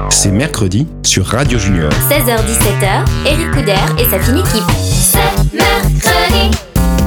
C'est mercredi sur Radio Junior. 16h-17h, Eric Couder et sa fine équipe. C'est mercredi.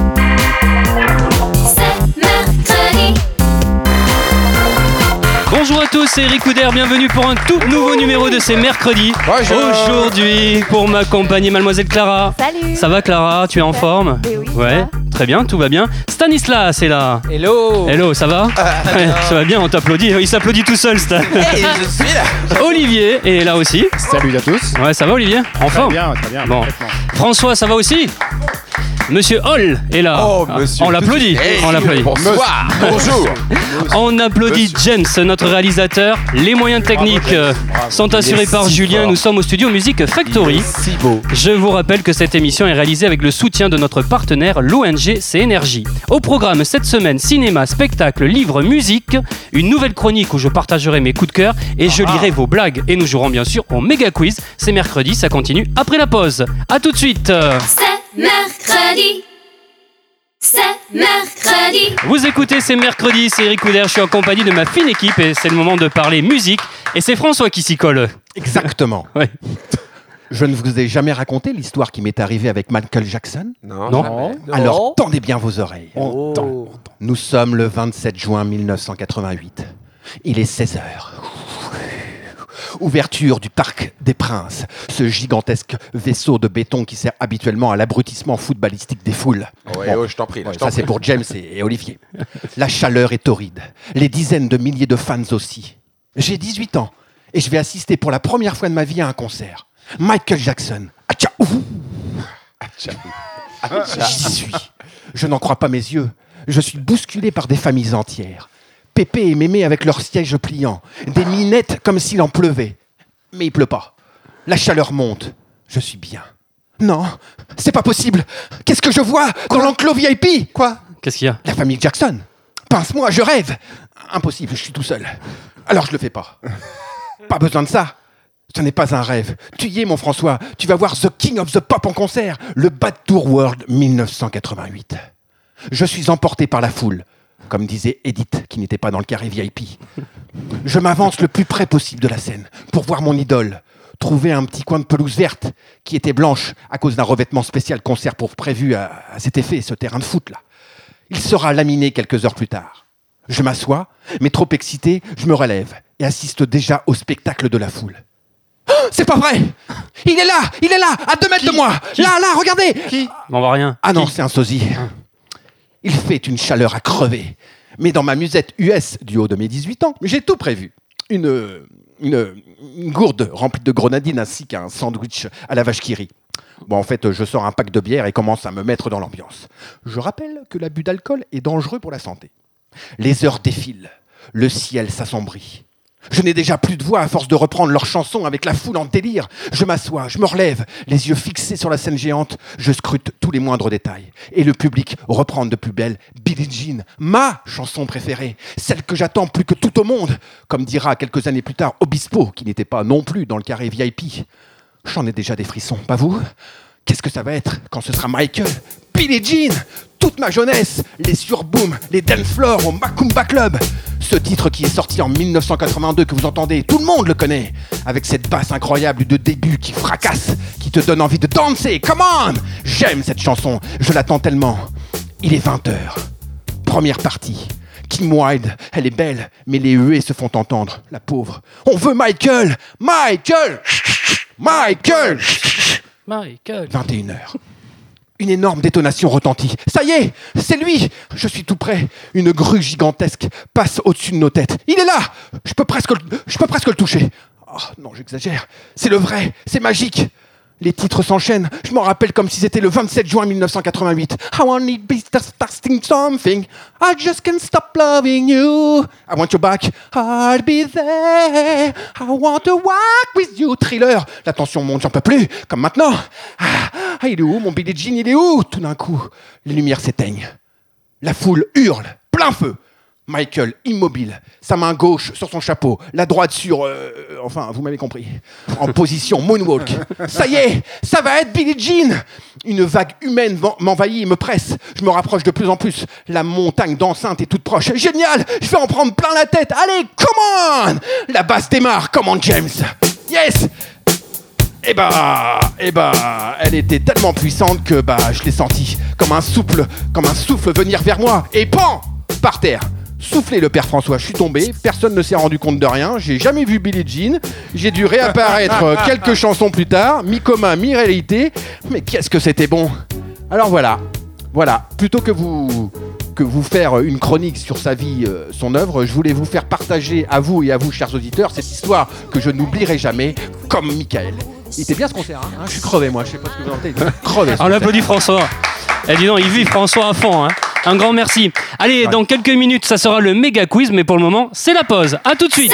C'est mercredi. Bonjour à tous, c'est Eric Couder, bienvenue pour un tout nouveau numéro de C'est mercredi. Bonjour. Aujourd'hui, pour m'accompagner, Mademoiselle Clara. Salut. Ça va Clara, tu es en forme? Oui. Ouais, très bien, tout va bien. Stanislas est là. Hello. Hello, ça va? Ouais, ça va bien, on t'applaudit. Il s'applaudit tout seul, Stan. Hey, je suis là. Olivier est là aussi. Salut à tous. Ouais, ça va Olivier? En forme? Très bien. Bon. Parfaitement. François, ça va aussi? Monsieur Hall est là. Oh, monsieur. On l'applaudit. Hey, On l'applaudit. Bonsoir. Bonjour. On applaudit James, notre réalisateur. Les moyens techniques sont assurés par si Julien. fort. Nous sommes au studio Music Factory. Si beau. Je vous rappelle que cette émission est réalisée avec le soutien de notre partenaire, l'ONG CNRJ. Au programme cette semaine, cinéma, spectacle, livres, musique, une nouvelle chronique où je partagerai mes coups de cœur et je lirai vos blagues. Et nous jouerons bien sûr au méga quiz. C'est mercredi, ça continue après la pause. A tout de suite. C'est mercredi. C'est mercredi. Vous écoutez, c'est mercredi, c'est Eric Couder, je suis en compagnie de ma fine équipe et c'est le moment de parler musique. Et c'est François qui s'y colle. Exactement. Ouais. Je ne vous ai jamais raconté l'histoire qui m'est arrivée avec Michael Jackson. Non. Alors tendez bien vos oreilles. Oh. Nous sommes le 27 juin 1988. Il est 16h. Ouverture du Parc des Princes, ce gigantesque vaisseau de béton qui sert habituellement à l'abrutissement footballistique des foules. Je t'en prie. Ouais, ça c'est pour James et Olivier. La chaleur est torride. Les dizaines de milliers de fans aussi. J'ai 18 ans et je vais assister pour la première fois de ma vie à un concert. Michael Jackson. Atcha, ouh. J'y suis. Je n'en crois pas mes yeux. Je suis bousculé par des familles entières. Pépé et Mémé avec leurs sièges pliants. Des minettes comme s'il en pleuvait. Mais il pleut pas. La chaleur monte. Je suis bien. Non, c'est pas possible. Qu'est-ce que je vois dans l'enclos VIP? Quoi? Qu'est-ce qu'il y a? La famille Jackson. Pince-moi, je rêve. Impossible, je suis tout seul. Alors je le fais pas. Pas besoin de ça. Ce n'est pas un rêve. Tu y es, mon François. Tu vas voir The King of the Pop en concert. Le Bad Tour World 1988. Je suis emporté par la foule. Comme disait Edith, qui n'était pas dans le carré VIP. Je m'avance le plus près possible de la scène pour voir mon idole. Trouver un petit coin de pelouse verte qui était blanche à cause d'un revêtement spécial concert pour prévu à cet effet, ce terrain de foot là. Il sera laminé quelques heures plus tard. Je m'assois, mais trop excité, je me relève et assiste déjà au spectacle de la foule. Oh, c'est pas vrai! Il est là, à 2 mètres de moi! Là, regardez! On voit rien. Ah non, c'est un sosie. Il fait une chaleur à crever. Mais dans ma musette US du haut de mes 18 ans, j'ai tout prévu. Une gourde remplie de grenadines ainsi qu'un sandwich à la vache qui rit. Bon, en fait, je sors un pack de bière et commence à me mettre dans l'ambiance. Je rappelle que l'abus d'alcool est dangereux pour la santé. Les heures défilent. Le ciel s'assombrit. Je n'ai déjà plus de voix à force de reprendre leurs chansons avec la foule en délire. Je m'assois, je me relève, les yeux fixés sur la scène géante. Je scrute tous les moindres détails. Et le public reprend de plus belle Billie Jean, ma chanson préférée, celle que j'attends plus que tout au monde. Comme dira quelques années plus tard Obispo, qui n'était pas non plus dans le carré VIP. J'en ai déjà des frissons, pas vous? Qu'est-ce que ça va être quand ce sera Michael? Billie Jean, toute ma jeunesse, les surboom, les dance floors au Macumba Club. Ce titre qui est sorti en 1982 que vous entendez, tout le monde le connaît. Avec cette basse incroyable de début qui fracasse, qui te donne envie de danser. Come on! J'aime cette chanson, je l'attends tellement. Il est 20h. Première partie. Kim Wilde, elle est belle, mais les huées se font entendre, la pauvre. On veut Michael! Michael! 21h. Une énorme détonation retentit. Ça y est, c'est lui. Je suis tout près. Une grue gigantesque passe au-dessus de nos têtes. Il est là. Je peux presque le toucher. Oh, non, j'exagère. C'est le vrai. C'est magique. Les titres s'enchaînent. Je m'en rappelle comme si c'était le 27 juin 1988. I want to be starting something. I just can't stop loving you. I want you back. I'll be there. I want to walk with you. Thriller. La tension monte, j'en peux plus. Comme maintenant. Ah, il est où, mon Billie Jean? Il est où? Tout d'un coup, les lumières s'éteignent. La foule hurle. Plein feu. Michael, immobile, sa main gauche sur son chapeau, la droite sur... enfin, vous m'avez compris. En position moonwalk. Ça y est, ça va être Billie Jean. Une vague humaine m'envahit et me presse. Je me rapproche de plus en plus. La montagne d'enceinte est toute proche. Génial, je vais en prendre plein la tête. Allez, come on! La basse démarre, come on, James. Yes. Et elle était tellement puissante que je l'ai sentie comme un souffle venir vers moi. Et pan, par terre. Soufflé le père François, je suis tombé, personne ne s'est rendu compte de rien, j'ai jamais vu Billie Jean, j'ai dû réapparaître quelques chansons plus tard, mi-coma, mi-réalité, mais qu'est-ce que c'était bon. Alors voilà, plutôt que vous faire une chronique sur sa vie, son œuvre, je voulais vous faire partager à vous et à vous, chers auditeurs, cette histoire que je n'oublierai jamais, comme Michael. Il était bien ce concert, hein. Je suis crevé moi, je sais pas ce que vous en pensez, crevé. On applaudit François. Eh dis donc, il vit François à fond, hein. Un grand merci. Allez, dans quelques minutes, ça sera le méga quiz, mais pour le moment, c'est la pause. À tout de suite.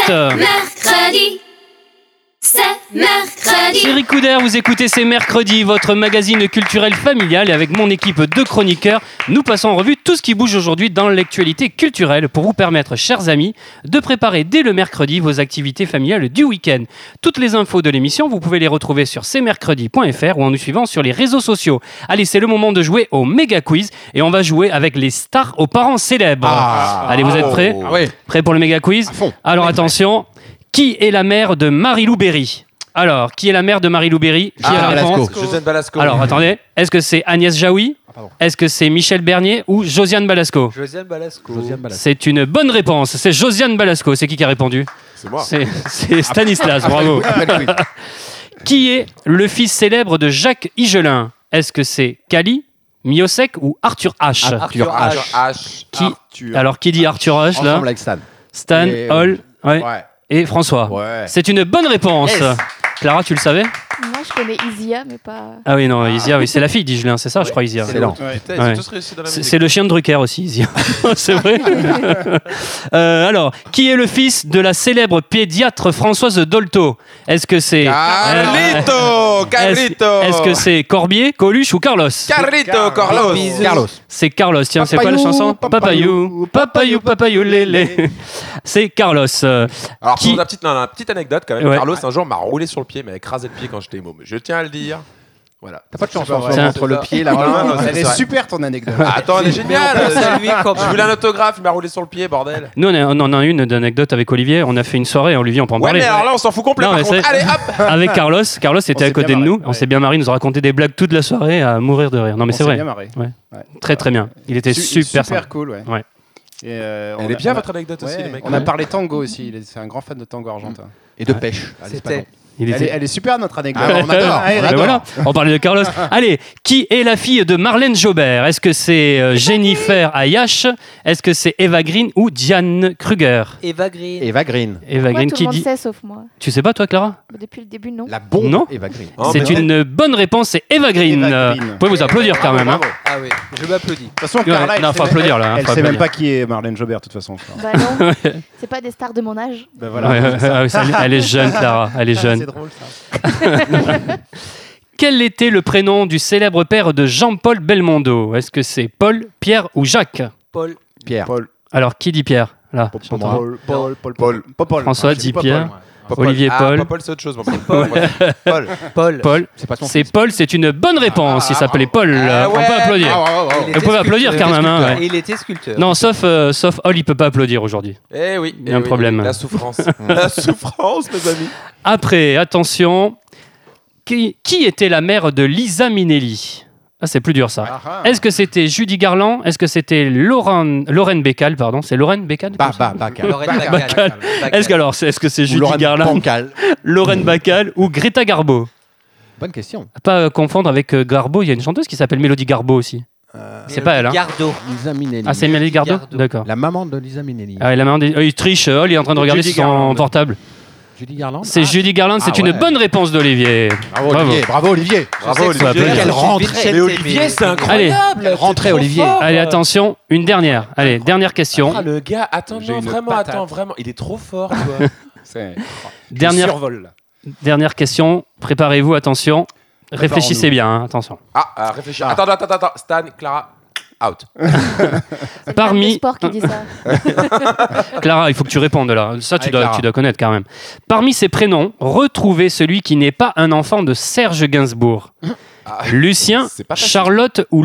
C'est mercredi. C'est Eric Couder, vous écoutez C'est mercredi, votre magazine culturel familial, et avec mon équipe de chroniqueurs, nous passons en revue tout ce qui bouge aujourd'hui dans l'actualité culturelle pour vous permettre, chers amis, de préparer dès le mercredi vos activités familiales du week-end. Toutes les infos de l'émission, vous pouvez les retrouver sur cmercredi.fr ou en nous suivant sur les réseaux sociaux. Allez, c'est le moment de jouer au méga quiz et on va jouer avec les stars aux parents célèbres. Allez, vous êtes prêts ? Ouais. Prêts pour le méga quiz ? À fond. Alors attention. Qui est la mère de Marie-Lou Berry ? Alors, qui est la mère de Marie-Lou Berry ? Qui a la réponse ? Josiane Balasco. Alors, attendez. Est-ce que c'est Agnès Jaoui ? Est-ce que c'est Michel Bernier ou Josiane Balasco ? Josiane Balasco. C'est une bonne réponse. C'est Josiane Balasco. C'est qui a répondu ? C'est moi. C'est Stanislas. Bravo. Qui est le fils célèbre de Jacques Higelin ? Est-ce que c'est Cali, Miosek ou Arthur H ? Arthur H. Alors, qui dit Arthur H là ? Ensemble avec Stan. Stan, Et, Hall ouais. Et François. Ouais. C'est une bonne réponse. Yes. Clara, tu le savais ? Moi, je connais Isia, mais pas. Ah oui, non, Isia, oui, c'est la fille d'Higelin, c'est ça, je crois, Isia. Excellent. Putain, ils Ouais. ont tous réussi dans la musique. C'est le chien de Drucker aussi, Isia. C'est vrai. Alors, qui est le fils de la célèbre pédiatre Françoise Dolto ? Est-ce que c'est... Carlito. Est-ce que c'est Corbier, Coluche ou Carlos ? Carlos. C'est Carlos, tiens, c'est quoi la chanson ? Papayou, papayou, papayou, lélé. C'est Carlos. Alors, Qui- pour la petite anecdote quand même, Ouais. Carlos un jour m'a roulé sur le pied, m'a écrasé le pied quand j'étais môme. Je tiens à le dire. Voilà. T'as pas de chance Tiens. entre le pied et la Non, main. non, non, Elle est vrai. super ton anecdote. Attends, elle est géniale. Je voulais un autographe, il m'a roulé sur le pied, bordel. Nous, on en a une d'anecdote avec Olivier. On a fait une soirée, Olivier, on peut en Ouais, parler. mais alors là, on s'en fout complet. Non, Par mais contre, c'est- allez, hop. Avec Carlos. Carlos était à s'est côté bien de nous. marré, On ouais. s'est bien marré. Il nous a raconté des blagues toute la soirée à mourir de rire. Non, mais On c'est s'est vrai. bien marré. Ouais. Ouais. Très, très bien. Il était super sympa. cool, ouais. Ouais. Et, Elle est bien votre anecdote aussi, les mecs. On a parlé tango aussi. C'est un grand fan de tango argentin. Et de pêche. à l'Espadon. Il était... Elle est super notre anecdote. Ah, on adore. Ah, Eric. Ben voilà, on parlait de Carlos. Allez, qui est la fille de Marlène Jobert ? Est-ce que c'est Jennifer Ayash ? Est-ce que c'est Eva Green ou Diane Kruger ? Eva Green. Eva Green. Eva Moi, Green tout qui le monde dit. sait, sauf moi. Tu sais pas, toi, Clara ? Depuis le début, non. La bombe Non. Eva Green. Oh, C'est mais une bonne réponse, c'est Eva Green. Eva Green. Vous pouvez vous applaudir quand même. Hein. Bravo. Ah oui, je m'applaudis. De toute façon, Ouais, Carla, elle non, sait faut même- applaudir, là, hein, Elle faut sait même applaudir. pas qui est Marlène Jobert, de toute façon. Bah non. C'est pas des stars de mon âge. Ben voilà. Ouais, c'est ça. ouais, ouais, elle est jeune, Clara. Elle est Ah, jeune. c'est drôle ça. Quel était le prénom du célèbre père de Jean-Paul Belmondo ? Est-ce que c'est Paul, Pierre ou Jacques ? Paul. Pierre. Paul. Alors, qui dit Pierre ? Là, j'entends. Paul. François dit Pierre. Olivier Ah, Paul. Paul, c'est autre chose. Moi. Paul. Paul. C'est pas son C'est Paul, c'est une bonne réponse. Il s'appelait Paul. Ah, On peut ouais. applaudir. Il Vous était pouvez applaudir sculpteur. quand même. Hein, ouais. Et il était sculpteur. Non, sauf Hall, il peut pas applaudir aujourd'hui. Eh oui. Il y a un problème. La souffrance. La souffrance, mes amis. Après, attention, qui était la mère de Lisa Minnelli ? Ah, c'est plus dur ça. Est-ce que c'était Judy Garland ? Est-ce que c'était Lorraine Bacall, pardon ? C'est Lorraine Bacall ? Bacall. Lorraine Bacall. Bacall. Est-ce que c'est Ou Judy Laurent Garland, Bancal. Lorraine Bacall ou Greta Garbo ? Bonne question. Pas confondre avec Garbo, il y a une chanteuse qui s'appelle Mélodie Garbo aussi. C'est pas elle, hein ? Gardo. Lisa Minnelli. Ah, c'est Mélodie Gardo ? Gardo. D'accord. La maman de Lisa Minnelli. Ah, et la main des... il triche, il est en train de regarder Judy sur son Garland. portable. Judy Garland. C'est Judy Garland, c'est Ah une ouais. bonne réponse d'Olivier. Bravo Olivier. Bravo Olivier. Bravo, Faut Olivier. applaudir. Quelle rentrée. Mais Olivier, c'est incroyable. Quelle rentrée, Olivier. Allez, attention, une dernière. Allez, dernière question. Ah, le gars, attends, J'ai non, une vraiment, patate. attends, vraiment. Il est trop fort, toi. C'est Dernière, survol. dernière question. Préparez-vous, attention. Réfléchissez bien, hein, attention. Ah, réfléchis. Attends. Stan, Clara, out. C'est le Parmi- fan de sport qui dit ça. Clara, il faut que tu répondes là. Ça, tu Allez, dois, Clara. tu dois connaître quand même. Parmi ces prénoms, retrouvez celui qui n'est pas un enfant de Serge Gainsbourg. Ah, Lucien, c'est pas facile. Charlotte ou Lou.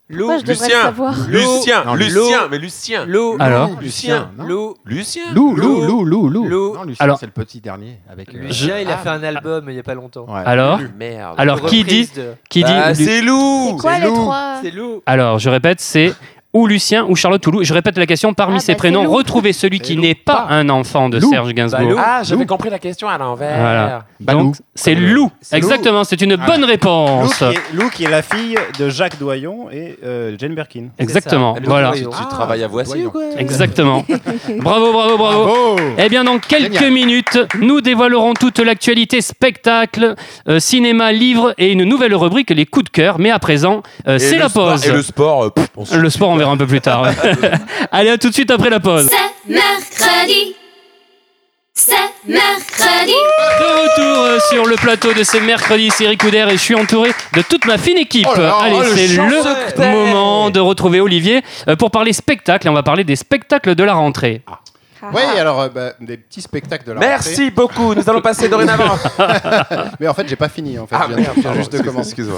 Pourquoi je devrais le Lucien. savoir Lucien. Non, Lucien. Mais Lucien. L'eau. Alors Lucien. L'eau. Lucien. Lou. L'eau. Non, Lucien, Alors- c'est le petit dernier. Avec, Lucien, il a fait un album il y a pas longtemps. Ouais. Alors, Merde. alors qui dit, Bah, c'est Lou. C'est quoi les trois C'est l'eau. Alors, je répète, c'est ou Lucien ou Charlotte ou Lou. Je répète la question, parmi Ah, ces bah, prénoms, c'est Lou. retrouvez celui qui n'est pas un enfant de Lou. Serge Gainsbourg. Lou. Ah, j'avais compris la question à l'envers. Voilà. Balou. Donc, c'est Lou. C'est Lou. Exactement, c'est une bonne Lou réponse. Lou qui est la fille de Jacques Doyon et Jane Birkin. Exactement, C'est ça. voilà. Doyon. Tu travailles à Voici ou quoi? Exactement. Bravo. Eh bien, dans quelques Génial. minutes, nous dévoilerons toute l'actualité spectacle, cinéma, livre et une nouvelle rubrique, les coups de cœur. Mais à présent, c'est la pause. Et le sport, on se- Le sport, on verra un peu plus tard. ouais. Allez, à tout de suite après la pause. C'est mercredi. C'est mercredi. De retour sur le plateau de ces mercredis, c'est Eric Couder et je suis entouré de toute ma fine équipe. Oh là là, Allez, oh, le c'est chanceux le que t'es. moment de retrouver Olivier pour parler spectacle. Et on va parler des spectacles de la rentrée. Oui, alors des petits spectacles de la Merci beaucoup. Nous allons passer dorénavant. rentrée. Mais en fait, j'ai pas fini. En fait, Ah je merde, viens juste de commencer. Excuse-moi.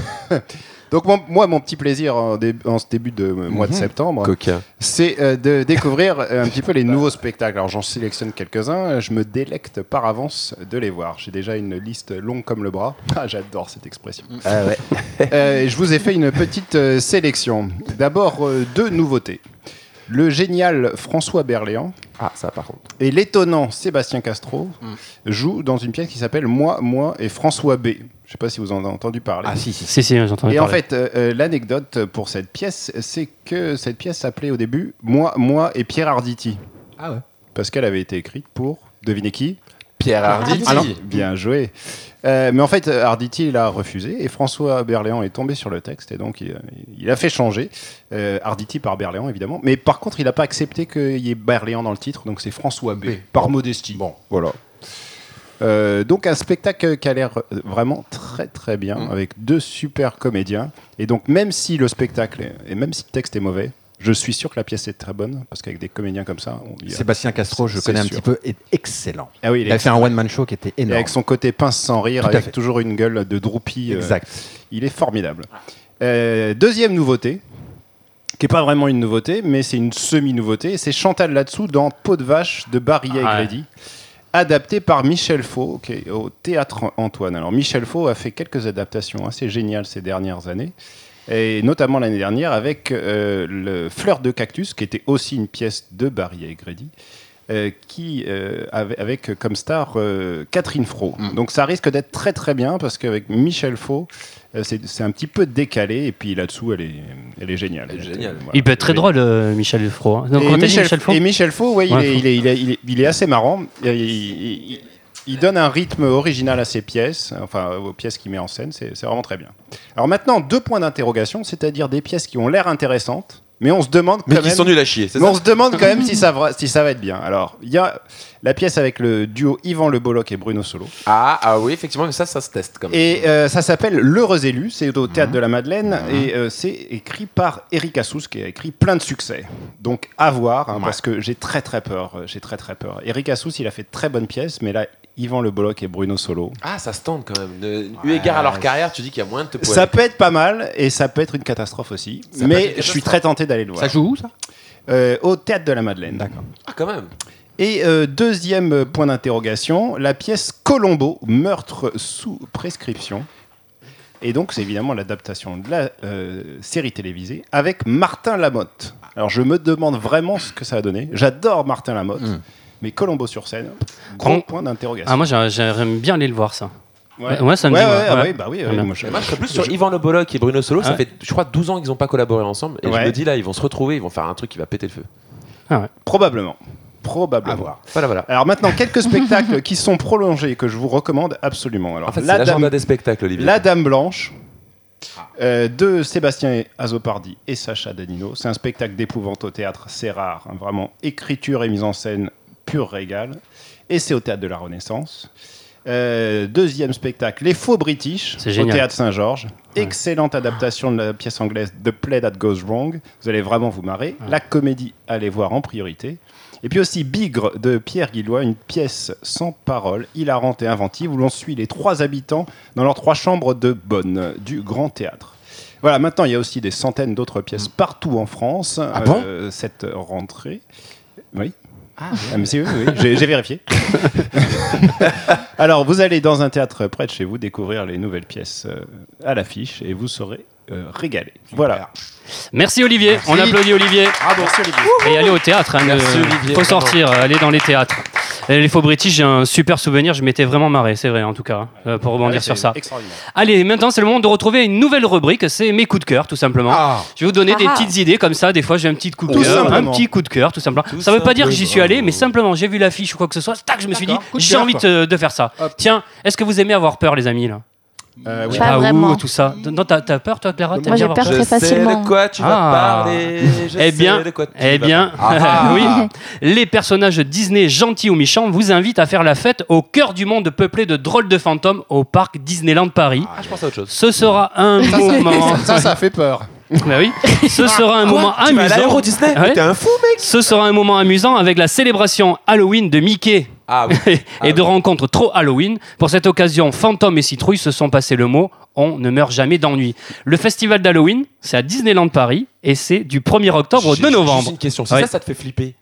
Donc mon petit plaisir en ce début de mois de septembre, Coquin. c'est de découvrir un petit peu les nouveaux spectacles. Alors j'en sélectionne quelques-uns, je me délecte par avance de les voir. J'ai déjà une liste longue comme le bras. Ah, j'adore cette expression. Ah ouais. Je vous ai fait une petite sélection. D'abord, deux nouveautés. Le génial François Berléand Ah, ça par contre. et l'étonnant Sébastien Castro jouent dans une pièce qui s'appelle Moi et François B. Je sais pas si vous en avez entendu parler. Ah si. Si, j'ai entendu Et en parler. fait, l'anecdote pour cette pièce, c'est que cette pièce s'appelait au début Moi et Pierre Arditi. Ah ouais. Parce qu'elle avait été écrite pour, devinez qui? Pierre Arditi. Ah non, bien joué. Mais en fait, Arditi, il a refusé et François Berléand est tombé sur le texte et donc il a fait changer Arditi par Berléand, évidemment. Mais par contre, il n'a pas accepté qu'il y ait Berléand dans le titre, donc c'est François B. Par modestie. Bon, voilà. Donc un spectacle qui a l'air vraiment très très bien avec deux super comédiens et donc même si le spectacle et même si le texte est mauvais, je suis sûr que la pièce est très bonne parce qu'avec des comédiens comme ça, Sébastien Castro, je C'est connais un sûr. petit peu, est excellent. Ah oui, Il a fait un one-man show qui était et énorme. avec son côté pince sans rire, Tout à avec fait. toujours une gueule de droupie. Exact. Il est formidable. Deuxième nouveauté, qui n'est pas vraiment une nouveauté, mais c'est une semi-nouveauté, c'est Chantal Latsou dans Peau de vache de Barilla et Ah ouais. Grady, adapté par Michel Faux, qui est au Théâtre Antoine. Alors Michel Faux a fait quelques adaptations assez géniales ces dernières années, et notamment l'année dernière avec le Fleur de Cactus, qui était aussi une pièce de Barilla et Grady, qui avec comme star Catherine Fro. Donc ça risque d'être très très bien parce qu'avec Michel Faux, c'est un petit peu décalé et puis là-dessous elle est géniale. Elle est géniale. Voilà. Il peut être très drôle, Michel Fro. hein. Donc, Et quand t'as dit Michel, Michel Fro, et Michel Faux, ouais, Ouais, il est assez marrant. Il donne un rythme original à ses pièces, enfin aux pièces qu'il met en scène, c'est vraiment très bien. Alors maintenant, deux points d'interrogation, c'est-à-dire des pièces qui ont l'air intéressantes, mais on se demande Mais quand qui même... sont nuls à chier, c'est Mais on ça? se demande quand même si ça va être bien. Alors, il y a la pièce avec le duo Yvan Le Bolloc et Bruno Solo. Ah oui, effectivement, ça se teste quand même. Et ça s'appelle L'Heureux Élu, c'est au Théâtre de la Madeleine, et c'est écrit par Eric Assous, qui a écrit plein de succès. Donc à voir, parce que j'ai très très peur. Eric Assous, il a fait de très bonnes pièces, mais là, Yvan Le Bolloc et Bruno Solo. Ah, ça se tente quand même. Eu égard à leur carrière, tu dis qu'il y a moins de te poiler. Ça peut être pas mal, et ça peut être une catastrophe aussi. Ça peut être Mais une je catastrophe. suis très tenté d'aller le voir. Ça joue où ça? Au Théâtre de la Madeleine. D'accord. Ah, quand même. Et deuxième point d'interrogation, la pièce Colombo, meurtre sous prescription. Et donc, c'est évidemment l'adaptation de la série télévisée avec Martin Lamotte. Alors, je me demande vraiment ce que ça va donner. J'adore Martin Lamotte, mais Colombo sur scène, gros Oh. point d'interrogation. ah, moi j'aimerais bien aller le voir ça. ouais. Ouais, ça me dit, ouais. ah Ouais. oui, bah oui. Très bien. Moi, Et moi, je serais plus sur Yvan Le Bolloc et Bruno Solo. Ça Ouais. fait, je crois, 12 ans qu'ils n'ont pas collaboré ensemble. Et je Ouais. me dis là, ils vont se retrouver, ils vont faire un truc qui va péter le feu. Probablement. À voir. Voilà. Alors maintenant, quelques spectacles qui sont prolongés et que je vous recommande absolument. Alors, En fait, c'est La l'agenda Dame- des spectacles, Olivier. La Dame Blanche de Sébastien Azopardi et Sacha Danino. C'est un spectacle d'épouvante au théâtre, c'est rare, hein, vraiment écriture et mise en scène pur régal. Et c'est au théâtre de la Renaissance. Deuxième spectacle, Les Faux British C'est au génial. théâtre Saint-Georges. Excellente adaptation de la pièce anglaise The Play That Goes Wrong. Vous allez vraiment vous marrer. La comédie, allez voir en priorité. Et puis aussi Bigre de Pierre Guillois, une pièce sans parole, hilarante et inventive, où l'on suit les trois habitants dans leurs trois chambres de bonne du Grand Théâtre. Voilà, maintenant il y a aussi des centaines d'autres pièces partout en France. Ah bon cette rentrée. Oui. monsieur, oui, j'ai vérifié. Alors, vous allez dans un théâtre près de chez vous découvrir les nouvelles pièces à l'affiche et vous serez régalé. Voilà. Merci Olivier, on applaudit Olivier. Bravo, merci Olivier. Et allez au théâtre, hein, Merci, Olivier, faut vraiment. sortir, aller dans les théâtres. Les Faux British, j'ai un super souvenir, je m'étais vraiment marré, c'est vrai en tout cas, pour rebondir sur ça. Extraordinaire. Allez, maintenant c'est le moment de retrouver une nouvelle rubrique, c'est mes coups de cœur tout simplement. Je vais vous donner des petites idées comme ça, des fois j'ai un petit coup de Tout cœur, un simplement. petit coup de cœur tout simplement. Ça veut pas dire que j'y suis allé, mais simplement j'ai vu l'affiche ou quoi que ce soit, tac, je me suis dit, Coup de j'ai cœur, envie de faire ça. Tiens, est-ce que vous aimez avoir peur les amis là? Oui. Pas vraiment. Tout ça. Non, t'as peur toi Clara? T'aimes Moi, j'ai bien avoir peur très facilement. de quoi tu vas parler. Je Eh bien, sais de quoi tu eh vas bien, parler. oui, les personnages Disney gentils ou méchants vous invitent à faire la fête au cœur du monde peuplé de drôles de fantômes au parc Disneyland Paris. Ah, je pense à autre chose. Ce sera un moment. Ça fait peur. Bah oui, ce sera un moment Tu vas à amusant. l'Euro Disney Ouais. T'es un fou, mec. Ce sera un moment amusant avec la célébration Halloween de Mickey. Ah oui. Et de rencontres trop Halloween. Pour cette occasion, Fantômes et Citrouilles se sont passés le mot « On ne meurt jamais d'ennui ». Le festival d'Halloween, c'est à Disneyland Paris et c'est du 1er octobre au 2 Juste novembre. une question. Si Ouais. ça te fait flipper.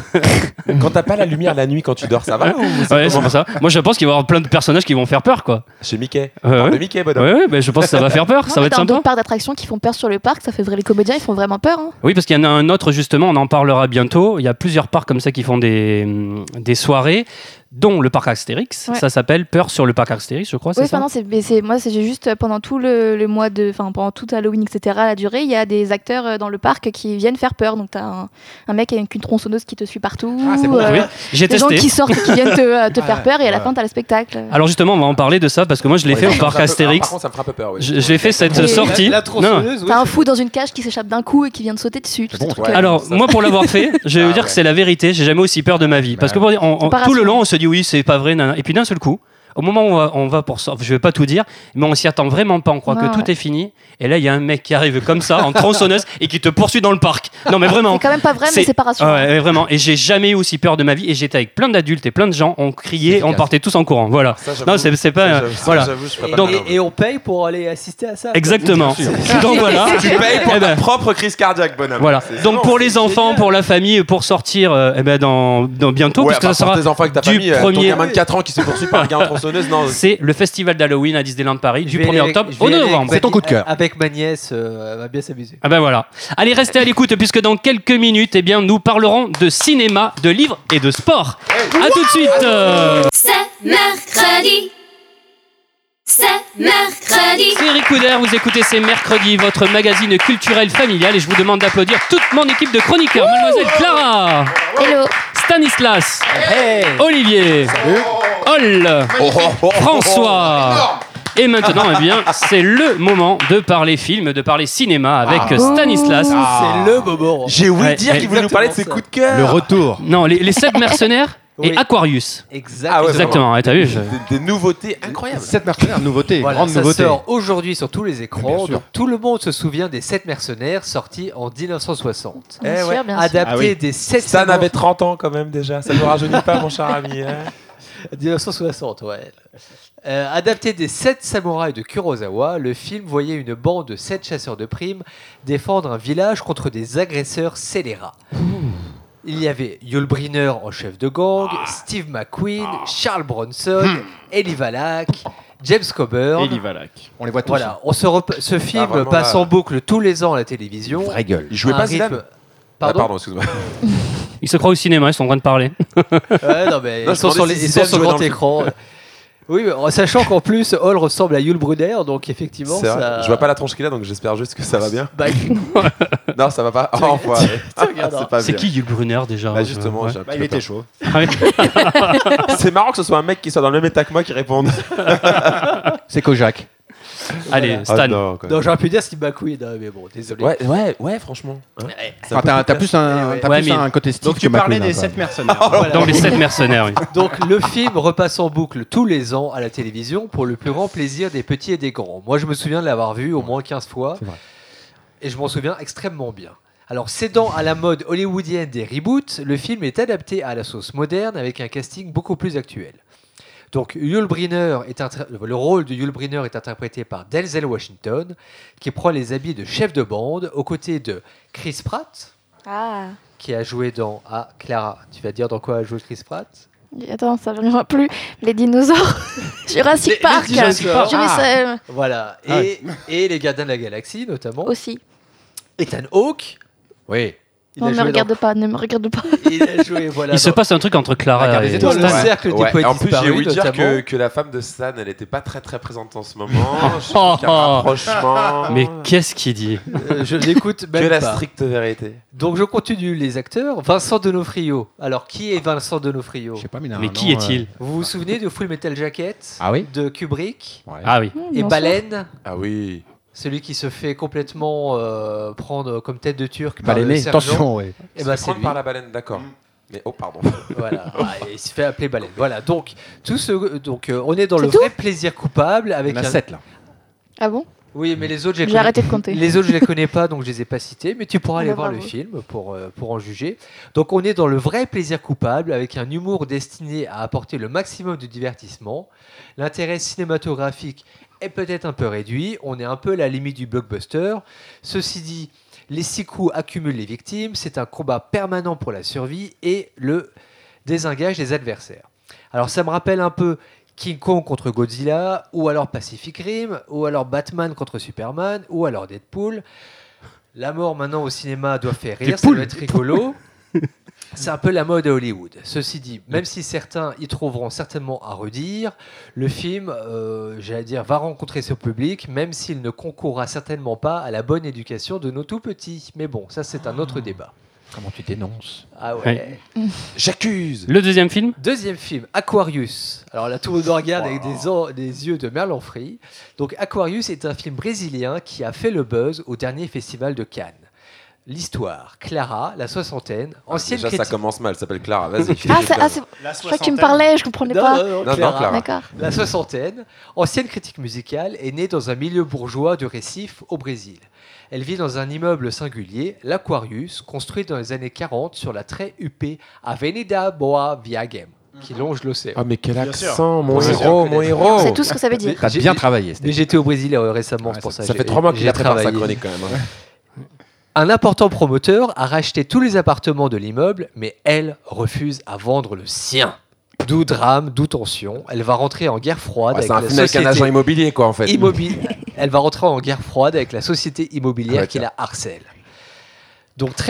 Quand t'as pas la lumière la nuit quand tu dors, ça va ou Ouais, c'est pour ça. Moi, je pense qu'il va y avoir plein de personnages qui vont faire peur, quoi. Chez Mickey. Ouais, Parle ouais. de Mickey, bonhomme. Ouais, mais je pense que ça va faire peur, Non, ça va mais être dans sympa. d'autres parcs d'attractions qui font peur sur le parc, ça fait vrai. Les comédiens, ils font vraiment peur. Hein. Oui, parce qu'il y en a un autre, justement, on en parlera bientôt. Il y a plusieurs parcs comme ça qui font des soirées, dont le parc Astérix. Ouais. Ça s'appelle Peur sur le parc Astérix, je crois, c'est Oui, ça? enfin non, moi, j'ai juste pendant tout le mois pendant tout Halloween, etc. La durée, il y a des acteurs dans le parc qui viennent faire peur. Donc t'as un mec avec une tronçonneuse qui te suit partout. Ah, c'est bon, Oui, j'ai des gens testé. qui sortent et qui viennent te faire peur et à la fin t'as le spectacle. Alors justement, on va en parler de ça parce que moi je l'ai fait au parc Astérix. Par contre, ça me fera un peu peur. Oui. J'ai fait cette Et sortie. La Non. tronçonneuse, oui. T'as un fou dans une cage qui s'échappe d'un coup et qui vient de sauter dessus. Tous ces trucs, ouais. Alors Ça, moi pour l'avoir fait, je vais vous dire que c'est la vérité. J'ai jamais aussi peur de ma vie parce que pour dire, C'est pas tout le rassurant. long on se dit oui c'est pas vrai, nanana. Et puis d'un seul coup, au moment où on va pour sortir, je vais pas tout dire, mais on s'y attend vraiment pas. On croit Non, que tout ouais. est fini. Et là il y a un mec qui arrive comme ça en tronçonneuse et qui te poursuit dans le parc. Non mais vraiment. C'est quand même pas vrai, mais c'est pas rassurant. Ouais, vraiment. Et j'ai jamais eu aussi peur de ma vie. Et j'étais avec plein d'adultes et plein de gens. On criait, on partait tous en courant. Voilà. Ça, j'avoue. Non, c'est pas. Ça, j'avoue, voilà. j'avoue, je ferais pas Et, de et on paye pour aller assister à ça. Exactement. Donc voilà. Tu payes pour Eh ben, ta propre crise cardiaque, bonhomme. Voilà. C'est Donc bon, pour c'est les enfants, génial. pour la famille, pour sortir, dans bientôt, Ouais, parce que ça pour sera tes enfants avec ta du famille, ton premier. gamin de 4 ans qui se poursuit par un gars en tronçonneuse, non. C'est le festival d'Halloween à Disneyland Paris du 1er octobre au 9 novembre. C'est ton coup de cœur. Avec ma nièce, elle va bien s'amuser. Ah ben voilà. Allez, restez à l'écoute puisque dans quelques minutes, eh bien, nous parlerons de cinéma, de livres et de sport. À tout de suite. C'est mercredi. C'est mercredi. C'est Eric Couder, vous écoutez C'est mercredi, votre magazine culturel familial et je vous demande d'applaudir toute mon équipe de chroniqueurs. Mademoiselle Clara, Hello. Stanislas, Olivier, Ol, François. Et maintenant, eh bien, c'est le moment de parler film, de parler cinéma avec Stanislas. C'est le moment. J'ai ouï Ouais, dire qu'il voulait nous parler de ses exactement coups de cœur. Le retour. Non, les 7 mercenaires Oui. et Aquarius. Ah ouais, Exactement, ouais, t'as vu Des nouveautés incroyables. 7 mercenaires, nouveauté, Voilà, grande ça nouveauté. sort aujourd'hui sur tous les Bien écrans. sûr. Donc, tout le monde se souvient des 7 mercenaires sortis en 1960. Bien Eh sûr, ouais. bien sûr. Adapté Ah oui. des 7 Stan avait 30 ans quand même déjà. Ça ne nous rajeunit pas, mon cher ami. Hein. 1960, ouais. Adapté des 7 samouraïs de Kurosawa, le film voyait une bande de 7 chasseurs de primes défendre un village contre des agresseurs scélérats. Il y avait Yul Brynner en chef de gang, Steve McQueen, Charles Bronson, Eli Wallach, James Coburn. Eli Wallach. On les voit tous. Voilà, ce film vraiment, passe là. en boucle tous les ans à la télévision. Vraie gueule. Il jouait Un pas rythme- Zidane. Pardon, Pardon, excuse-moi. Ils se croient au cinéma, ils sont en train de parler. Ouais, non, mais Non, ils sont je sur, demandais les- si ils sont Zidane sur jouait grand dans le écran. Oui, mais en sachant qu'en plus, Hall ressemble à Yul Brynner, donc effectivement, C'est vrai. ça... Je vois pas la tronche qu'il a, donc j'espère juste que ça va bien. Bah, Non, ça va pas. Oh, enfoiré. regarderas. C'est pas C'est bien. qui Yul Brynner déjà Bah justement, Ouais. j'ai un Bah, petit il peu était peur. chaud. Ah oui. C'est marrant que ce soit un mec qui soit dans le même état que moi qui réponde. C'est Kojak. Allez, Stan. Ah, non, quoi. Non, j'aurais pu dire Steve McQueen, hein, mais bon, désolé. Ouais, franchement. Hein. Enfin, t'as plus un, ouais. t'as Ouais, plus mais- un côté Steve Donc tu que parlais McQueen, des hein, 7 mercenaires. Voilà. Dans les 7 mercenaires, oui. Donc le film repasse en boucle tous les ans à la télévision pour le plus grand plaisir des petits et des grands. Moi, je me souviens de l'avoir vu au moins 15 fois. C'est vrai. Et je m'en souviens extrêmement bien. Alors, cédant à la mode hollywoodienne des reboots, le film est adapté à la sauce moderne avec un casting beaucoup plus actuel. Donc Yul Brynner le rôle de Yul Brynner est interprété par Denzel Washington, qui prend les habits de chef de bande aux côtés de Chris Pratt, Ah. qui a joué dans... Ah, Clara, tu vas dire dans quoi a joué Chris Pratt? Attends, ça ne reviendra plus. Les dinosaures. Jurassic Park. Jurassic Park. Je sais, Voilà, Ah et les Gardiens de la Galaxie notamment. aussi. Ethan Hawke, oui. Non, ne me regarde pas, ne me regarde pas. Il a joué, voilà. Il se passe un truc entre Clara Regardez, et dans le Stan. cercle des Ouais. poètes En plus, j'ai disparus, ouï dire notamment. que la femme de Stan, elle n'était pas très très présente en ce moment. Je trouve qu'il y a un rapprochement. Mais qu'est-ce qu'il dit? Je l'écoute Que même la pas. stricte vérité. Donc je continue les acteurs. Vincent D'Onofrio. Alors qui est Vincent D'Onofrio? Je sais pas, mais il a un Mais nom, qui est-il? Vous vous souvenez de Full Metal Jacket Ah oui de Kubrick Ouais. Ah oui. et Baleine, Ah oui. celui qui se fait complètement prendre comme tête de turc par Baleiné, le sergent. attention, ouais. Et ben c'est prendre lui. par la baleine, d'accord. Mais oh, pardon. Voilà, il se fait appeler Baleine. Voilà, donc on est dans le C'est vrai plaisir coupable Il y avec en a 7 là. Ah bon? Oui, mais les autres, je les J'ai connais- arrêté de compter. Les autres, je les connais pas, donc je les ai pas cités, mais tu pourras aller Bah, voir bravo. le film pour en juger. Donc on est dans le vrai plaisir coupable, avec un humour destiné à apporter le maximum de divertissement. L'intérêt cinématographique est peut-être un peu réduit, on est un peu à la limite du blockbuster. Ceci dit, les 6 coups accumulent les victimes, c'est un combat permanent pour la survie et le désengage des adversaires. Alors ça me rappelle un peu King Kong contre Godzilla, ou alors Pacific Rim, ou alors Batman contre Superman, ou alors Deadpool. La mort maintenant au cinéma doit faire rire, ça doit être rigolo. C'est un peu la mode à Hollywood. Ceci dit, même si certains y trouveront certainement à redire, le film, j'allais dire, va rencontrer ce public, même s'il ne concourra certainement pas à la bonne éducation de nos tout petits. Mais bon, ça c'est un autre débat. Comment tu dénonces? Ah ouais. J'accuse. Le deuxième film? Deuxième film, Aquarius. Alors là, tout le monde regarde avec des yeux de Merlan Free. Donc Aquarius est un film brésilien qui a fait le buzz au dernier festival de Cannes. L'histoire, Clara, la soixantaine, ancienne Déjà, ça critique... commence mal. Ça s'appelle Clara. Vas-y. Ah, je crois que tu me parlais, je comprenais pas. Non, Clara. Clara. D'accord. La soixantaine, ancienne critique musicale, est née dans un milieu bourgeois de Recife, au Brésil. Elle vit dans un immeuble singulier, l'Aquarius, construit dans les années 40 sur la très huppée Avenida Boa Viagem, qui longe l'océan. Ah, mais quel Bien accent, sûr. mon Bien héros, sûr. mon héros. C'est tout ce que ça veut dire. T'as bien travaillé. Mais j'étais au Brésil récemment, Ouais, c'est pour ça. Ça j'ai- fait 3 mois qu'il j'ai a préparé sa travaillé. chronique quand même. hein. Un important promoteur a racheté tous les appartements de l'immeuble, mais elle refuse à vendre le sien. D'où drame, d'où tension. Elle va rentrer en guerre froide Ouais, avec c'est un la film avec un société agent immobilier, quoi, en fait. Elle va rentrer en guerre froide avec la société immobilière Ouais, qui tiens. la harcèle. Donc très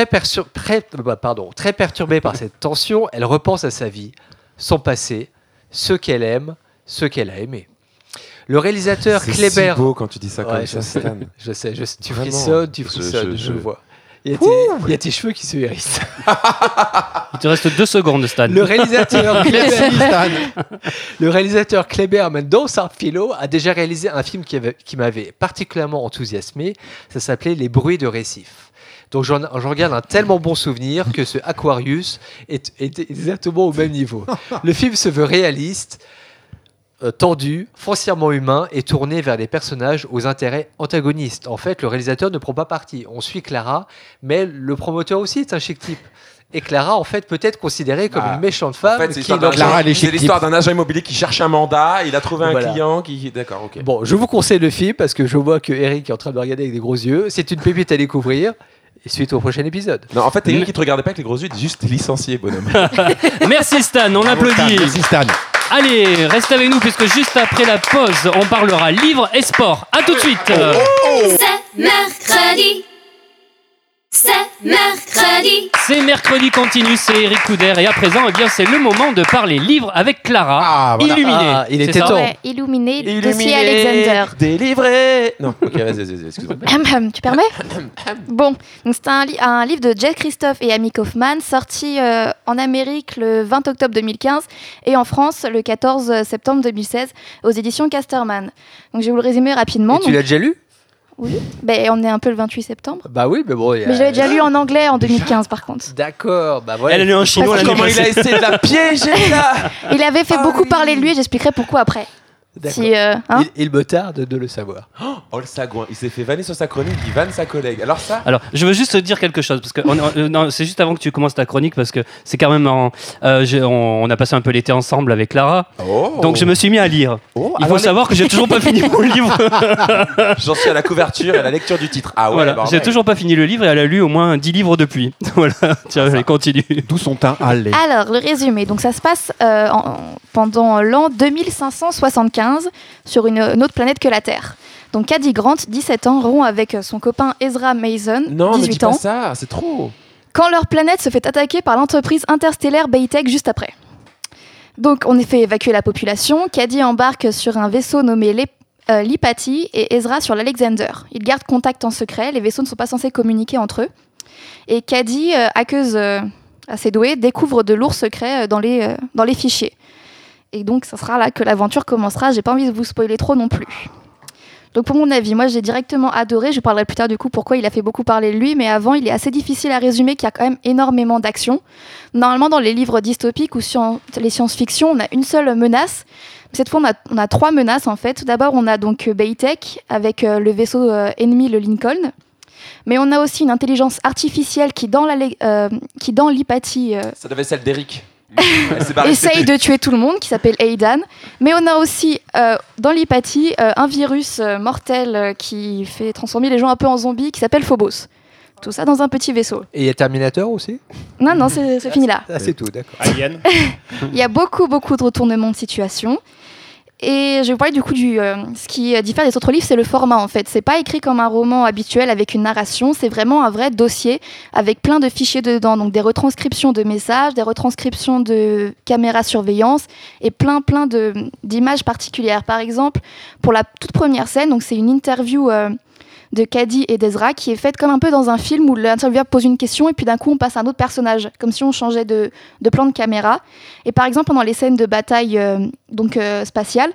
perturbée par cette tension, elle repense à sa vie, son passé, ce qu'elle aime, ce qu'elle a aimé. Le réalisateur C'est Kleber... si beau quand tu dis ça Ouais, comme je ça, sais, Stan. je sais, tu Vraiment. frissonnes, Je- je le vois. Il y a tes cheveux qui se hérissent. Il te reste 2 secondes, Stan. Le réalisateur Kleber Mendoza Sarfilo a déjà réalisé un film qui m'avait particulièrement enthousiasmé. Ça s'appelait Les bruits de Récif. Donc j'en regarde un tellement bon souvenir que ce Aquarius est exactement au même niveau. Le film se veut réaliste, tendu, foncièrement humain et tourné vers des personnages aux intérêts antagonistes. En fait, le réalisateur ne prend pas parti. On suit Clara, mais le promoteur aussi est un chic type. Et Clara, en fait, peut être considérée comme une méchante femme. En fait, c'est qui l'histoire d'un Clara, agent- elle est c'est chic l'histoire d'un agent immobilier qui cherche un mandat. Il a trouvé un Voilà. client qui. D'accord, ok. Bon, je vous conseille le film parce que je vois que Eric est en train de me regarder avec des gros yeux. C'est une pépite à découvrir. Et suite au prochain épisode. Non, en fait, Eric, qui te regardait pas avec les gros yeux, il est juste licencié, bonhomme. Merci Stan, on applaudit. Merci Stan. Allez, reste avec nous puisque juste après la pause, on parlera livres et sport. À tout de suite. C'est mercredi. C'est mercredi. C'est mercredi continue, c'est Eric Couder et à présent, eh bien, c'est le moment de parler livres avec Clara. Ah, voilà. Illuminée. Ah, il C'est était ça temps. Ouais, illuminé, dossier Alexander. Délivré. Non, ok, vas-y, excuse-moi. Tu permets? Bon, donc c'est un livre de Jay Christophe et Amy Kaufman, sorti en Amérique le 20 octobre 2015 et en France le 14 septembre 2016 aux éditions Casterman. Donc je vais vous le résumer rapidement. Et tu l'as déjà lu? Oui, ben, on est un peu le 28 septembre. Bah oui, mais bon. Mais je l'avais déjà lu en anglais en 2015 par contre. D'accord, bah voilà. Elle a lu en chinois. Parce que l'année Comment il a passée. essayé de la piéger là. Il avait fait beaucoup parler de lui et j'expliquerai pourquoi après. D'accord. Si, Il me tarde de le savoir. Oh, le sagouin, il s'est fait vanner sur sa chronique, il vanne sa collègue. Alors ça, Alors, je veux juste te dire quelque chose, parce que non, c'est juste avant que tu commences ta chronique, parce que c'est quand même on a passé un peu l'été ensemble avec Clara, donc je me suis mis à lire. Il faut savoir que j'ai toujours pas fini mon livre. j'en suis à la couverture et à la lecture du titre. Ah ouais, Voilà, bordel. j'ai toujours pas fini le livre et elle a lu au moins 10 livres depuis. Voilà, tiens, allez, continue. D'où son teint allé. Alors, le résumé. Donc, ça se passe pendant l'an 2575 sur une autre planète que la Terre. Donc, Cady Grant, 17 ans, rompt avec son copain Ezra Mason, Non, mais dis 18 pas ans, ça, c'est trop. quand leur planète se fait attaquer par l'entreprise interstellaire Baytech juste après. Donc, on fait évacuer la population. Cady embarque sur un vaisseau nommé l'Hypatie et Ezra sur l'Alexander. Ils gardent contact en secret. Les vaisseaux ne sont pas censés communiquer entre eux. Et Cady, hackeuse assez douée, découvre de lourds secrets dans les fichiers. Et donc, ça sera là que l'aventure commencera. J'ai pas envie de vous spoiler trop non plus. Donc, pour mon avis, moi, j'ai directement adoré. Je parlerai plus tard du coup pourquoi il a fait beaucoup parler de lui. Mais avant, il est assez difficile à résumer, qu'il y a quand même énormément d'action. Normalement, dans les livres dystopiques ou les science-fiction, on a une seule menace. Cette fois, on a 3 menaces, en fait. Tout d'abord, on a donc Baytech, avec le vaisseau ennemi, le Lincoln. Mais on a aussi une intelligence artificielle qui, dans l'Hypatie... Ça devait être celle d'Eric. essaye de tuer tout le monde, qui s'appelle Aidan. Mais on a aussi, dans l'Hypatie, un virus mortel qui fait transformer les gens un peu en zombies, qui s'appelle Phobos. Tout ça dans un petit vaisseau. Et il y a Terminator aussi? Non, c'est fini là. Ah, c'est tout, d'accord. Alien. Il y a beaucoup de retournements de situation. Et je vais vous parler du coup ce qui diffère des autres livres, c'est le format en fait. C'est pas écrit comme un roman habituel avec une narration, c'est vraiment un vrai dossier avec plein de fichiers dedans, donc des retranscriptions de messages, des retranscriptions de caméras surveillance et plein d'images particulières. Par exemple, pour la toute première scène, donc c'est une interview de Cady et d'Ezra qui est faite comme un peu dans un film où l'intervieweur pose une question et puis d'un coup on passe à un autre personnage, comme si on changeait de plan de caméra. Et par exemple pendant les scènes de bataille spatiale,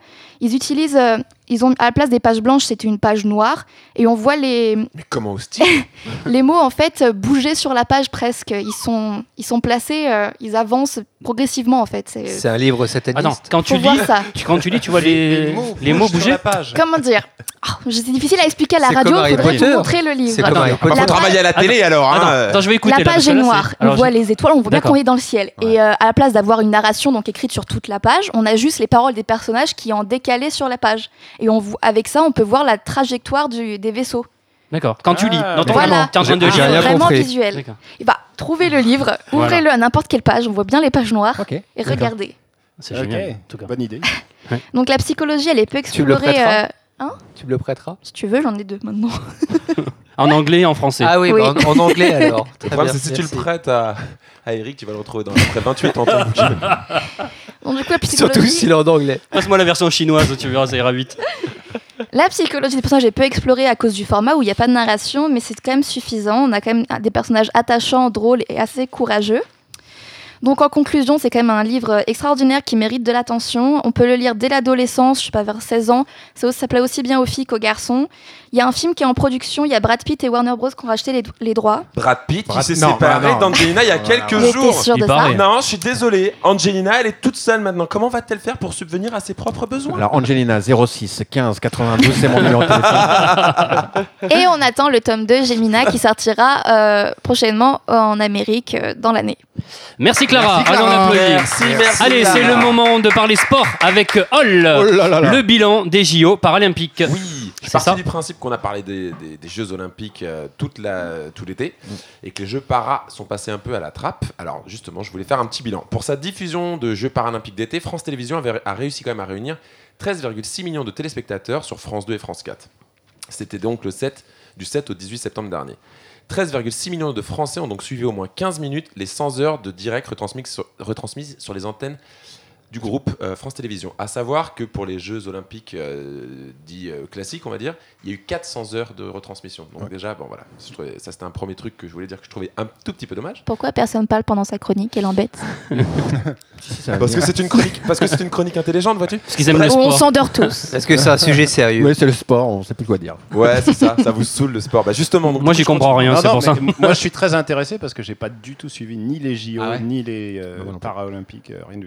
ils ont à la place des pages blanches, c'est une page noire et on voit Mais comment hostile. les mots en fait bouger sur la page presque. Ils sont placés, ils avancent progressivement en fait. C'est un livre sataniste. Attends, quand tu Faut voir lis, ça. tu vois les mots sur bouger. la page. Comment dire? C'est difficile à expliquer à la C'est radio, comme il Harry faudrait Potter. vous montrer le livre. C'est comme Harry Bah, Potter. faut travailler à la télé alors. Hein. Attends, je vais écouter. La page parce que est là, noire, Alors, on voit les étoiles, on voit bien D'accord. qu'on est dans le ciel. Et à la place d'avoir une narration donc écrite sur toute la page, on a juste les paroles des personnages qui en décalé sur la page. Et avec ça, on peut voir la trajectoire des vaisseaux. D'accord. Quand tu lis, dans ton Voilà. roman, t'es en train de J'ai lire. rien Vraiment compris. visuel. D'accord. Et bah, trouvez le livre, Voilà. ouvrez-le à n'importe quelle page, on voit bien les pages noires, Ok. et D'accord. regardez. C'est Ok, génial. En tout cas. bonne idée. Donc la psychologie, elle est peu Tu me le explorée. prêteras Hein Tu me le prêteras? Si tu veux, j'en ai 2 maintenant. En anglais et en français. Ah oui, Oui. bah, en anglais alors. Le problème, c'est si tu le prêtes à Eric, tu vas le retrouver après 28 ans. Donc du coup, la Surtout psychologie, s'il est en anglais. Passe-moi la version chinoise, tu verras, ça ira vite. la psychologie des personnages est peu explorée à cause du format où il n'y a pas de narration, mais c'est quand même suffisant. On a quand même des personnages attachants, drôles et assez courageux. Donc en conclusion, c'est quand même un livre extraordinaire qui mérite de l'attention. On peut le lire dès l'adolescence, je sais pas, vers 16 ans. Ça plaît aussi bien aux filles qu'aux garçons. Il y a un film qui est en production, il y a Brad Pitt et Warner Bros qui ont racheté les droits. Brad Pitt qui s'est non, séparé non. d'Angelina il y a quelques Il était jours. sûr Il de ça. paraît. Non, je suis désolé. Angelina, elle est toute seule maintenant. Comment va-t-elle faire pour subvenir à ses propres besoins? Alors Angelina 06 15 92, c'est mon numéro de téléphone. Et on attend le tome 2, Gemina, qui sortira prochainement en Amérique dans l'année. Merci Clara. Merci, Clara. Allez, on applaudit. Merci, Allez, c'est le moment de parler sport avec Hall. Oh là là là. Le bilan des JO paralympiques. Oui, je suis C'est parti ça. du principe qu'on a parlé des Jeux Olympiques tout l'été et que les Jeux Para sont passés un peu à la trappe. Alors justement, je voulais faire un petit bilan. Pour sa diffusion de Jeux Paralympiques d'été, France Télévisions a réussi quand même à réunir 13,6 millions de téléspectateurs sur France 2 et France 4. C'était donc du 7 au 18 septembre dernier. 13,6 millions de Français ont donc suivi au moins 15 minutes les 100 heures de direct retransmises sur les antennes du groupe France Télévisions. À savoir que pour les Jeux Olympiques dits classiques, on va dire, il y a eu 400 heures de retransmission. Donc déjà, bon voilà, ça c'était un premier truc que je voulais dire que je trouvais un tout petit peu dommage. Pourquoi personne parle pendant sa chronique? Elle embête. Parce que c'est une chronique intelligente, vois-tu. Parce qu'ils aiment le On sport. s'endort tous. Est-ce que c'est un sujet sérieux? Oui, c'est le sport, on sait plus quoi dire. Ouais, c'est ça, ça vous saoule le sport. Bah justement, donc, Moi, j'y comprends rien, c'est pour ça. Moi, je suis très intéressé parce que j'ai pas du tout suivi ni les JO, Ah ouais ni les Moi non plus. Paralympiques, rien du tout.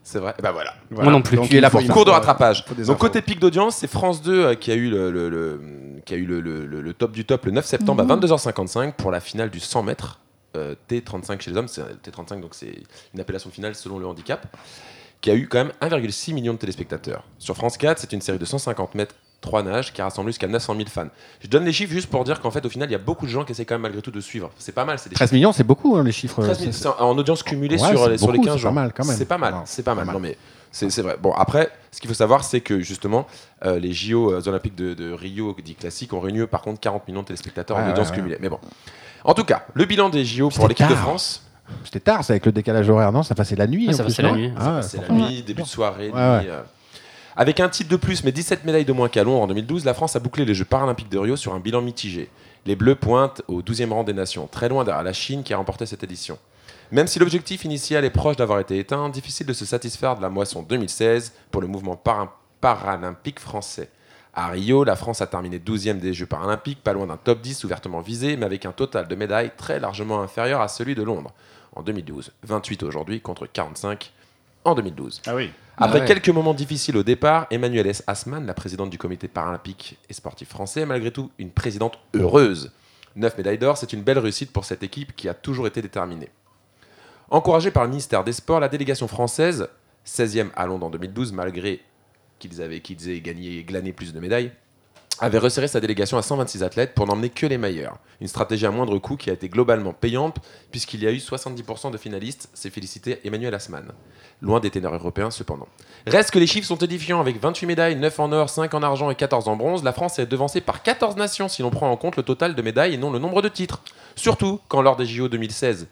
C'est vrai. Et bah voilà. Moi non plus. Donc, Tu es là pour il ça. Cours de faut- rattrapage. faut des Donc infos. côté pic d'audience, c'est France 2 qui a eu le top du top le 9 septembre à 22h55 pour la finale du 100 mètres T35 chez les hommes. C'est T35, donc c'est une appellation finale selon le handicap, qui a eu quand même 1,6 million de téléspectateurs. Sur France 4, c'est une série de 150 mètres 3 nages qui a rassemblé jusqu'à 900 000 fans. Je donne les chiffres juste pour dire qu'en fait, au final, il y a beaucoup de gens qui essaient quand même malgré tout de suivre. C'est pas mal. C'est des 13 millions, c'est beaucoup, hein, les chiffres. 13 000, c'est en audience cumulée Ouais, sur c'est les beaucoup, 15 c'est jours. pas mal, quand même. C'est pas mal, Non, c'est pas mal. pas mal. Non, mais c'est vrai. Bon, après, ce qu'il faut savoir, c'est que justement, les JO olympiques de Rio, dit classique, ont réuni par contre 40 millions de téléspectateurs en Ouais, audience ouais, cumulée. Mais bon. En tout cas, le bilan des JO pour C'était l'équipe de tard. France, C'était tard, c'est avec le décalage horaire, non? Ça passait la nuit. Ah, en ça plus, passait la non nuit. Ah, c'est la Ouais. nuit, début de soirée. Ouais, nuit, Avec un titre de plus, mais 17 médailles de moins qu'à Londres en 2012, la France a bouclé les Jeux paralympiques de Rio sur un bilan mitigé. Les Bleus pointent au 12e rang des nations, très loin derrière la Chine qui a remporté cette édition. Même si l'objectif initial est proche d'avoir été éteint, difficile de se satisfaire de la moisson 2016 pour le mouvement paralympique français. À Rio, la France a terminé 12e des Jeux paralympiques, pas loin d'un top 10 ouvertement visé, mais avec un total de médailles très largement inférieur à celui de Londres en 2012. 28 aujourd'hui contre 45 en 2012. Ah oui. Après ouais. quelques moments difficiles au départ, Emmanuelle S. Assmann, la présidente du comité paralympique et sportif français, est malgré tout une présidente heureuse. 9 médailles d'or, c'est une belle réussite pour cette équipe qui a toujours été déterminée. Encouragée par le ministère des Sports, la délégation française, 16e à Londres en 2012, malgré qu'ils aient glané plus de médailles, avait resserré sa délégation à 126 athlètes pour n'emmener que les meilleurs. Une stratégie à moindre coût qui a été globalement payante puisqu'il y a eu 70% de finalistes, c'est félicité Emmanuel Assmann. Loin des ténors européens cependant. Reste que les chiffres sont édifiants avec 28 médailles, 9 en or, 5 en argent et 14 en bronze. La France est devancée par 14 nations si l'on prend en compte le total de médailles et non le nombre de titres. Surtout quand lors des JO 2016,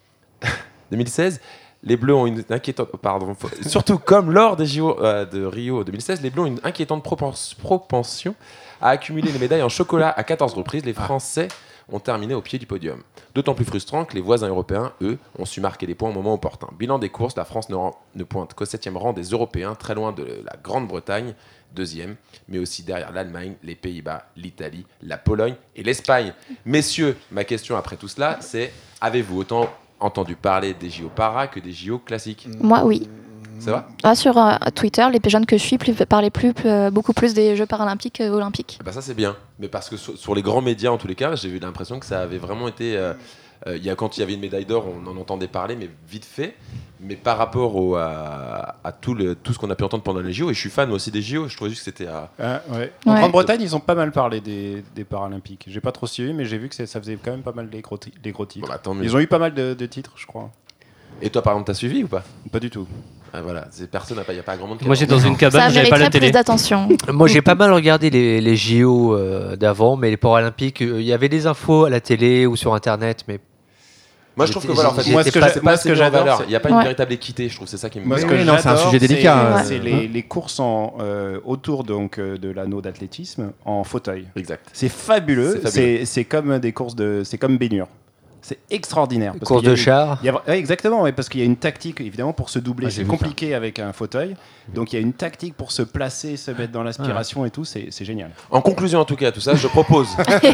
les Bleus ont une inquiétante... Surtout comme lors des JO de Rio 2016, les Bleus ont une inquiétante propension à accumuler les médailles en chocolat à 14 reprises. Les Français ont terminé au pied du podium. D'autant plus frustrant que les voisins européens, eux, ont su marquer des points au moment opportun. Bilan des courses, la France ne pointe qu'au 7e rang des Européens, très loin de la Grande-Bretagne, 2e, mais aussi derrière l'Allemagne, les Pays-Bas, l'Italie, la Pologne et l'Espagne. Messieurs, ma question après tout cela, c'est avez-vous autant entendu parler des JO para que des JO classiques? Moi, oui. C'est vrai? Sur Twitter, les jeunes que je suis parlaient beaucoup plus des Jeux paralympiques olympiques. Bah ça c'est bien, mais parce que sur les grands médias en tous les cas, j'ai eu l'impression que ça avait vraiment été... quand il y avait une médaille d'or, on en entendait parler, mais vite fait. Mais par rapport à tout ce qu'on a pu entendre pendant les JO, et je suis fan aussi des JO, je trouvais juste que c'était... Ouais. En Grande-Bretagne, ils ont pas mal parlé des Paralympiques. J'ai pas trop suivi, mais j'ai vu que ça faisait quand même pas mal des gros titres. Bon, bah, tant mieux. Ils ont eu pas mal de titres, je crois. Et toi par exemple, t'as suivi ou pas? Pas du tout. Ah, voilà, personne, il n'y a pas grand monde qui Moi, j'étais dans une Ça cabane, j'avais pas la mériterait télé. plus d'attention. Moi, j'ai pas mal regardé les JO d'avant, mais les Paralympiques, il y avait des infos à la télé ou sur Internet, mais Moi je trouve que voilà, en fait, Moi, ce que j'adore, j'adore, il n'y a pas une Ouais. véritable équité, je trouve, c'est ça qui me... Moi, ce Oui, que oui, non, c'est un j'adore, sujet délicat, C'est hein. les courses autour donc, de l'anneau d'athlétisme en fauteuil. Exact. C'est fabuleux. C'est fabuleux. C'est comme des courses c'est comme baignure. C'est extraordinaire. Parce course qu'il y a de une- char. Ouais, exactement, ouais, parce qu'il y a une tactique évidemment pour se doubler. Ah, j'ai C'est vu compliqué avec un fauteuil. Donc il y a une tactique pour se placer, se mettre dans l'aspiration et tout. C'est génial. En conclusion en tout cas à tout ça, je propose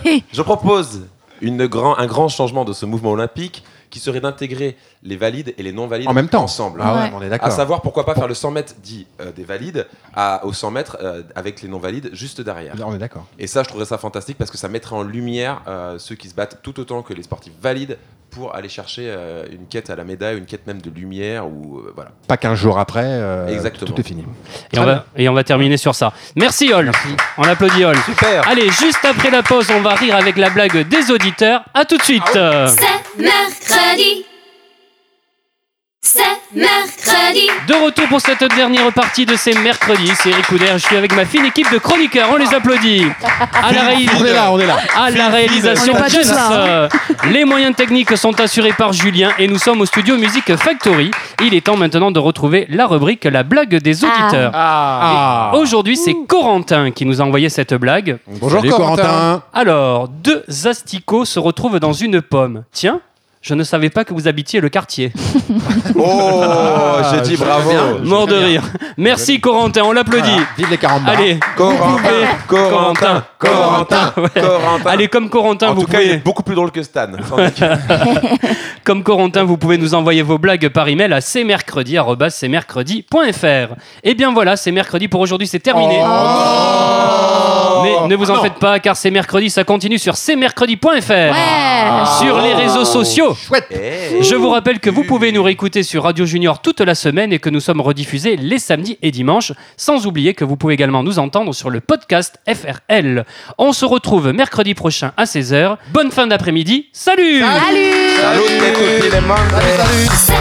un grand changement de ce mouvement olympique qui serait d'intégrer les valides et les non-valides En même temps. ensemble. Ah ouais, Ouais. on est À d'accord. savoir pourquoi pas faire le 100 mètres dit des valides au 100 mètres avec les non-valides juste derrière. On est d'accord. Et ça, je trouverais ça fantastique parce que ça mettrait en lumière ceux qui se battent tout autant que les sportifs valides pour aller chercher une quête à la médaille, une quête même de lumière ou voilà. Pas qu'un jour après, Exactement. tout est fini. Et on va terminer sur ça. Merci Hol. On applaudit Hol. super. Allez, juste après la pause, on va rire avec la blague des auditeurs. À tout de suite. C'est mercredi. C'est mercredi. De retour pour cette dernière partie de ces mercredis. C'est Eric Couder. Je suis avec ma fine équipe de chroniqueurs. On les applaudit. À la On est là. À la réalisation, On est pas tous Jens. là, Les moyens techniques sont assurés par Julien et nous sommes au studio Music Factory. Il est temps maintenant de retrouver la rubrique La blague des auditeurs. Ah. Aujourd'hui, c'est Corentin qui nous a envoyé cette blague. Bonjour Salut, Corentin. Alors, 2 asticots se retrouvent dans une pomme. Tiens, je ne savais pas que vous habitiez le quartier. Oh, j'ai dit bravo. Mort de rire. Merci Corentin, on l'applaudit. Vive les 40 bars. Allez, Corentin. Ouais. Allez, comme Corentin, En vous tout cas, il est pouvez. beaucoup plus drôle que Stan. Comme Corentin, vous pouvez nous envoyer vos blagues par email à cmercredi@cmercredi.fr. Et bien voilà, c'est mercredi pour aujourd'hui, c'est terminé. Mais ne vous en faites pas, car c'est mercredi, ça continue sur cmercredi.fr. Sur les réseaux sociaux. Je vous rappelle que vous pouvez nous réécouter sur Radio Junior toute la semaine et que nous sommes rediffusés les samedis et dimanches. Sans oublier que vous pouvez également nous entendre sur le podcast FRL. On se retrouve mercredi prochain à 16h. Bonne fin d'après-midi. Salut. Salut. C'est